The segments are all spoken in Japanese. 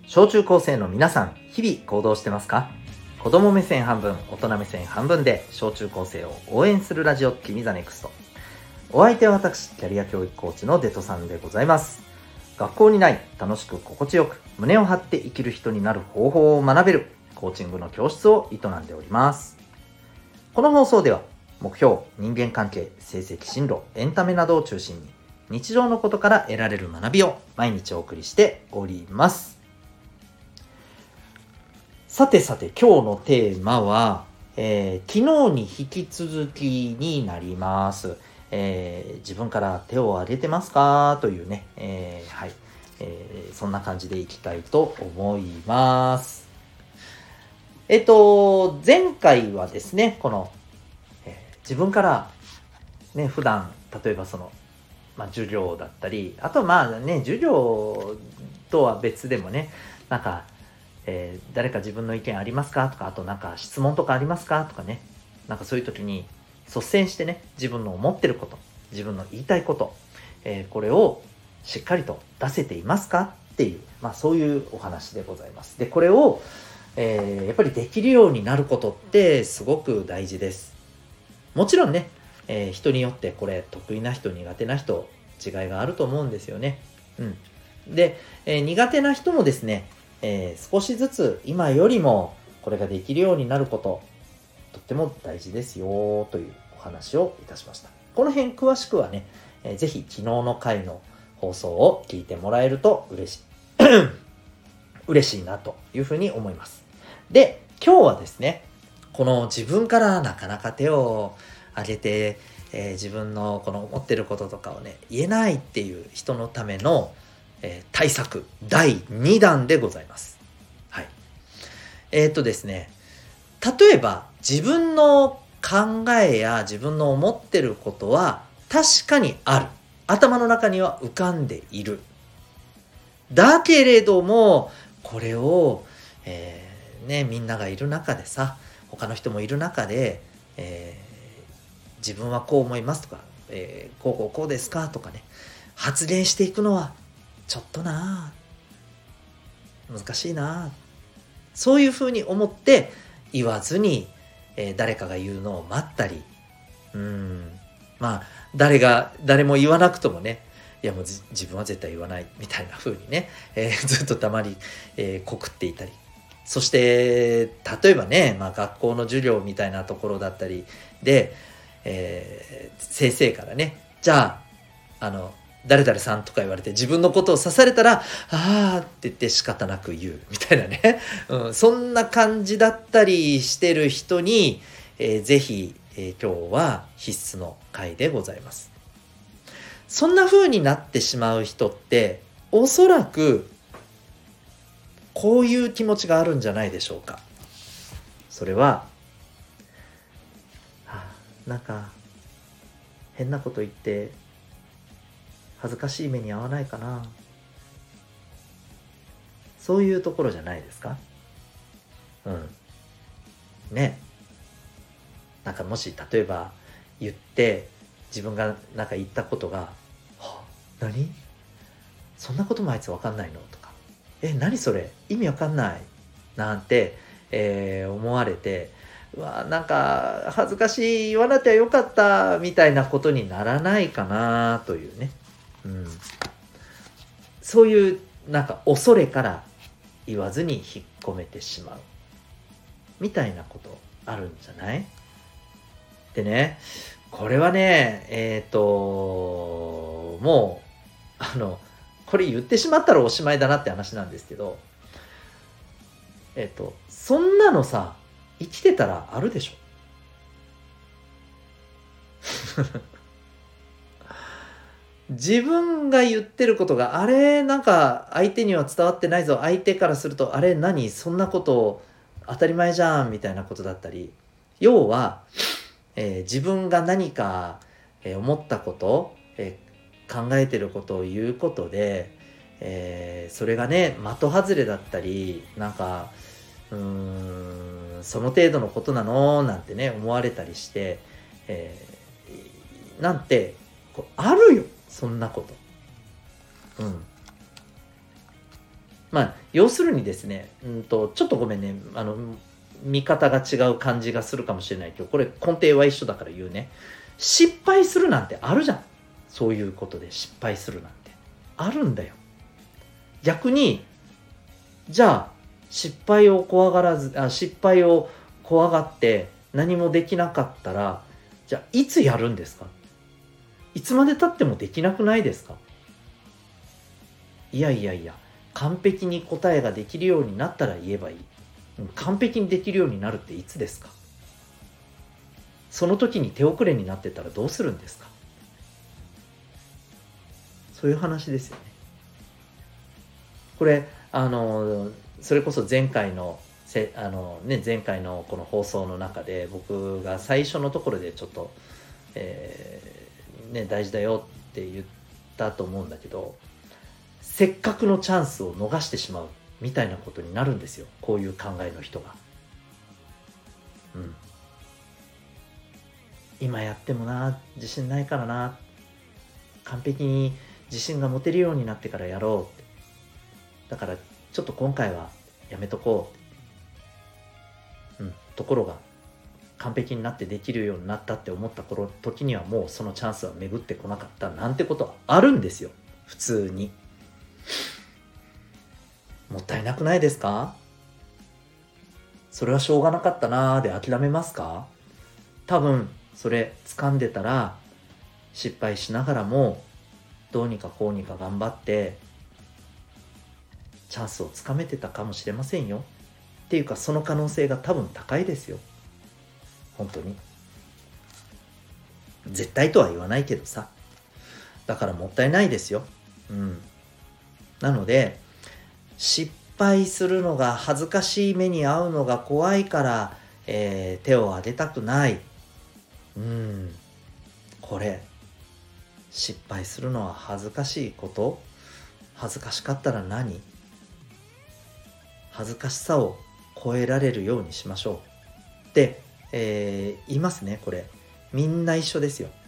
小中高生の皆さん、日々行動してますか？子供目線半分、大人目線半分で小中高生を応援するラジオ、君ザネクスト。お相手は私、キャリア教育コーチのデトさんでございます。学校にない楽しく心地よく胸を張って生きる人になる方法を学べるコーチングの教室を営んでおります。この放送では目標、人間関係、成績、進路、エンタメなどを中心に日常のことから得られる学びを毎日お送りしております。さて今日のテーマは、昨日に引き続きになります。自分から手を挙げてますかというね、そんな感じでいきたいと思います。前回はですね、この、自分からね、普段例えば授業だったり、あと授業とは別でもね、誰か自分の意見ありますかとか、あと質問とかありますかとかね、そういう時に率先してね、自分の思ってること、自分の言いたいこと、これをしっかりと出せていますかっていう、そういうお話でございます。で、これを、やっぱりできるようになることってすごく大事です。もちろんね、人によってこれ得意な人苦手な人違いがあると思うんですよね。で、苦手な人もですね、少しずつ今よりもこれができるようになること、とっても大事ですよというお話をいたしました。この辺詳しくはね、ぜひ昨日の回の放送を聞いてもらえると嬉しいなというふうに思います。で、今日はですね、この自分からなかなか手を挙げて、自分のこの思ってることとかをね、言えないっていう人のための対策第2弾でございます。はい。ですね、例えば自分の考えや自分の思ってることは確かにある。頭の中には浮かんでいだけれども、これを、みんながいる中でさ、他の人もいる中で、自分はこう思いますとか、こうですかとかね、発言していくのはちょっと難しいな、そういうふうに思って言わずに、誰かが言うのを待ったり、誰も言わなくともね、いやもう自分は絶対言わないみたいな風にね、ずっと黙り、告っていたり、そして例えばね、学校の授業みたいなところだったりで、先生からね、じゃあ誰々さんとか言われて自分のことを指されたら、あーって言って仕方なく言うみたいなね、そんな感じだったりしてる人に、ぜひ、今日は必須の回でございます。そんな風になってしまう人っておそらくこういう気持ちがあるんじゃないでしょうか。それは、変なこと言って恥ずかしい目に遭わないかな、そういうところじゃないですか。ね、もし例えば言って自分が言ったことが、何そんなこともあいつ分かんないのとか、何それ意味分かんないなんて、思われて、恥ずかしい、言わなきゃよかったみたいなことにならないかなというね、そういう恐れから言わずに引っ込めてしまうみたいなことあるんじゃない？でね、これはね、もうこれ言ってしまったらおしまいだなって話なんですけど、そんなのさ、生きてたらあるでしょ。自分が言ってることが相手には伝わってないぞ、相手からするとそんなこと当たり前じゃんみたいなことだったり、要は、自分が何か、思ったこと、考えてることを言うことで、それがね的外れだったり、その程度のことなのなんてね思われたりして、あるよそんなこと。 要するにですね、ちょっとごめんね、見方が違う感じがするかもしれないけど、これ根底は一緒だから言うね。失敗するなんてあるじゃん。そういうことで失敗するなんてあるんだよ。逆に、じゃあ失敗を怖がって何もできなかったら、じゃあいつやるんですか？いつまで経ってもできなくないですか？いやいやいや、完璧に答えができるようになったら言えばいい。完璧にできるようになるっていつですか？その時に手遅れになってたらどうするんですか？そういう話ですよね。これそれこそ前回の前回のこの放送の中で僕が最初のところでちょっと、大事だよって言ったと思うんだけど、せっかくのチャンスを逃してしまうみたいなことになるんですよ、こういう考えの人が。今やってもな、自信ないからな、完璧に自信が持てるようになってからやろうって、だからちょっと今回はやめとこう、ところが完璧になってできるようになったって思った時にはもうそのチャンスは巡ってこなかったなんてことはあるんですよ、普通に。もったいなくないですか？それはしょうがなかったなーで諦めますか？多分それ掴んでたら失敗しながらもどうにかこうにか頑張ってチャンスをつかめてたかもしれませんよ。っていうかその可能性が多分高いですよ。本当に。絶対とは言わないけどさ。だからもったいないですよ。なので、失敗するのが恥ずかしい目に遭うのが怖いから、手を挙げたくない。これ、失敗するのは恥ずかしいこと？恥ずかしかったら何？恥ずかしさを超えられるようにしましょう。で、言いますね、これ。みんな一緒ですよ。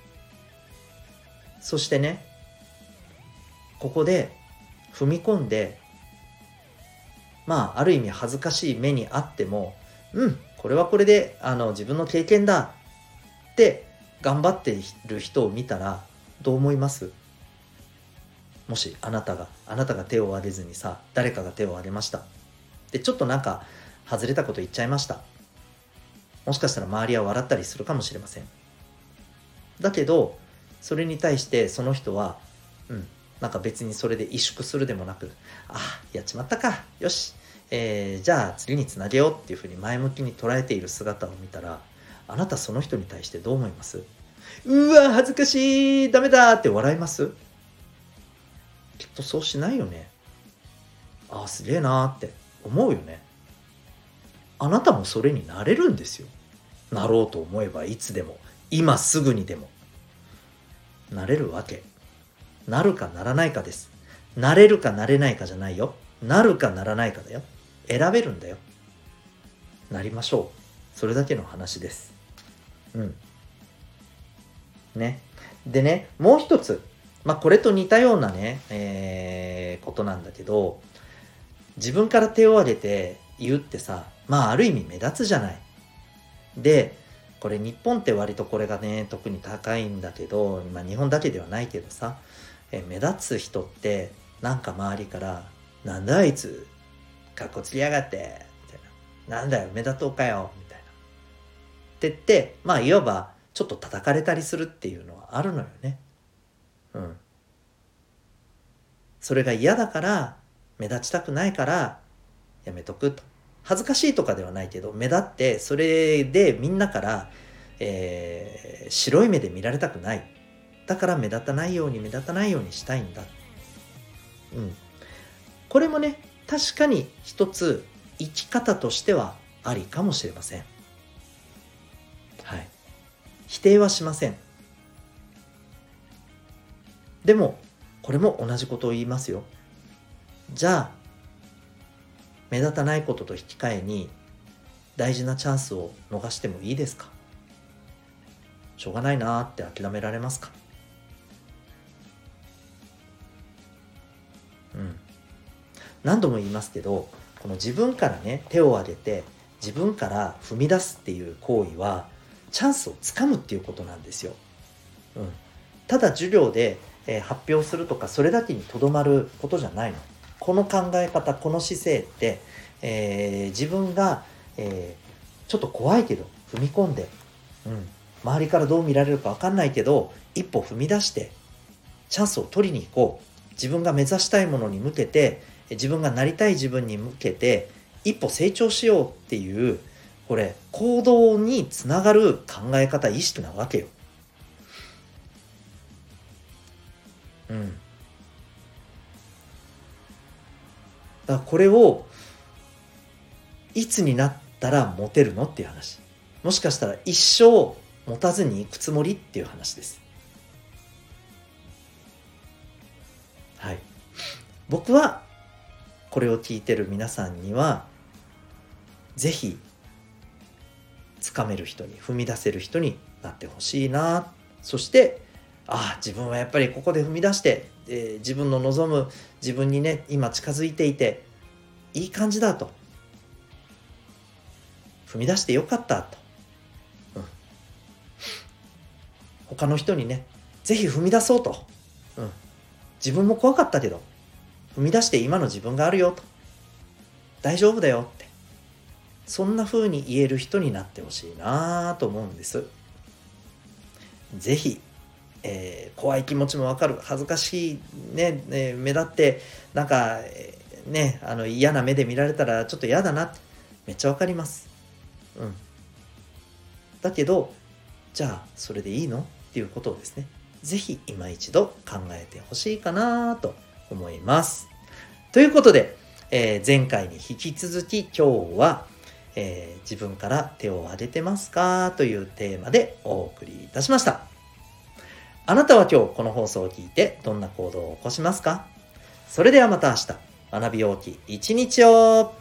そしてね、ここで踏み込んで、ある意味恥ずかしい目にあっても、これはこれで自分の経験だって頑張っている人を見たらどう思います？もしあなたが手を挙げずにさ、誰かが手を挙げました。で、ちょっと外れたこと言っちゃいました。もしかしたら周りは笑ったりするかもしれません。だけど、それに対してその人は、別にそれで萎縮するでもなく、やっちまったか、よし、じゃあ次につなげようっていうふうに前向きに捉えている姿を見たら、あなたその人に対してどう思います？うわ、恥ずかしい、ダメだって笑います？きっとそうしないよね。すげえなーって思うよね。あなたもそれになれるんですよ。なろうと思えばいつでも、今すぐにでも。なれるわけ。なるかならないかです。なれるかなれないかじゃないよ。なるかならないかだよ。選べるんだよ。なりましょう。それだけの話です。ね。でね、もう一つ。これと似たようなね、ことなんだけど、自分から手を挙げて言うってさ、ある意味目立つじゃない。で、これ日本って割とこれがね、特に高いんだけど、日本だけではないけどさ、目立つ人って周りからなんだあいつかっこつけやがってみたいな、なんだよ目立とうかよみたいなって言って、いわばちょっと叩かれたりするっていうのはあるのよね。それが嫌だから目立ちたくないからやめとくと。恥ずかしいとかではないけど、目立ってそれでみんなから、白い目で見られたくない。だから目立たないようにしたいんだ。これもね、確かに一つ生き方としてはありかもしれません。否定はしません。でもこれも同じことを言いますよ。じゃあ目立たないことと引き換えに大事なチャンスを逃してもいいですか？しょうがないなーって諦められますか？ 何度も言いますけど、この自分からね手を挙げて自分から踏み出すっていう行為はチャンスをつかむっていうことなんですよ。ただ授業で、発表するとかそれだけにとどまることじゃないの。この考え方、この姿勢って、自分が、ちょっと怖いけど踏み込んで、周りからどう見られるか分かんないけど一歩踏み出してチャンスを取りに行こう。自分が目指したいものに向けて、自分がなりたい自分に向けて一歩成長しようっていう、これ行動につながる考え方、意識なわけよ。だからこれをいつになったら持てるのっていう話。もしかしたら一生持たずにいくつもりっていう話です。はい。僕はこれを聞いてる皆さんにはぜひつかめる人に、踏み出せる人になってほしいな。そして自分はやっぱりここで踏み出して、自分の望む自分にね今近づいていていい感じだと、踏み出してよかったと、他の人にねぜひ踏み出そうと、自分も怖かったけど踏み出して今の自分があるよと、大丈夫だよって、そんな風に言える人になってほしいなと思うんです。ぜひ、怖い気持ちもわかる、恥ずかしいね、目立ってなんか、嫌な目で見られたらちょっと嫌だなって、めっちゃわかります。だけどじゃあそれでいいのっていうことをですね、ぜひ今一度考えてほしいかなと思います。ということで、前回に引き続き今日は、自分から手を挙げてますかというテーマでお送りいたしました。あなたは今日この放送を聞いてどんな行動を起こしますか？それではまた明日、学び大きい一日を。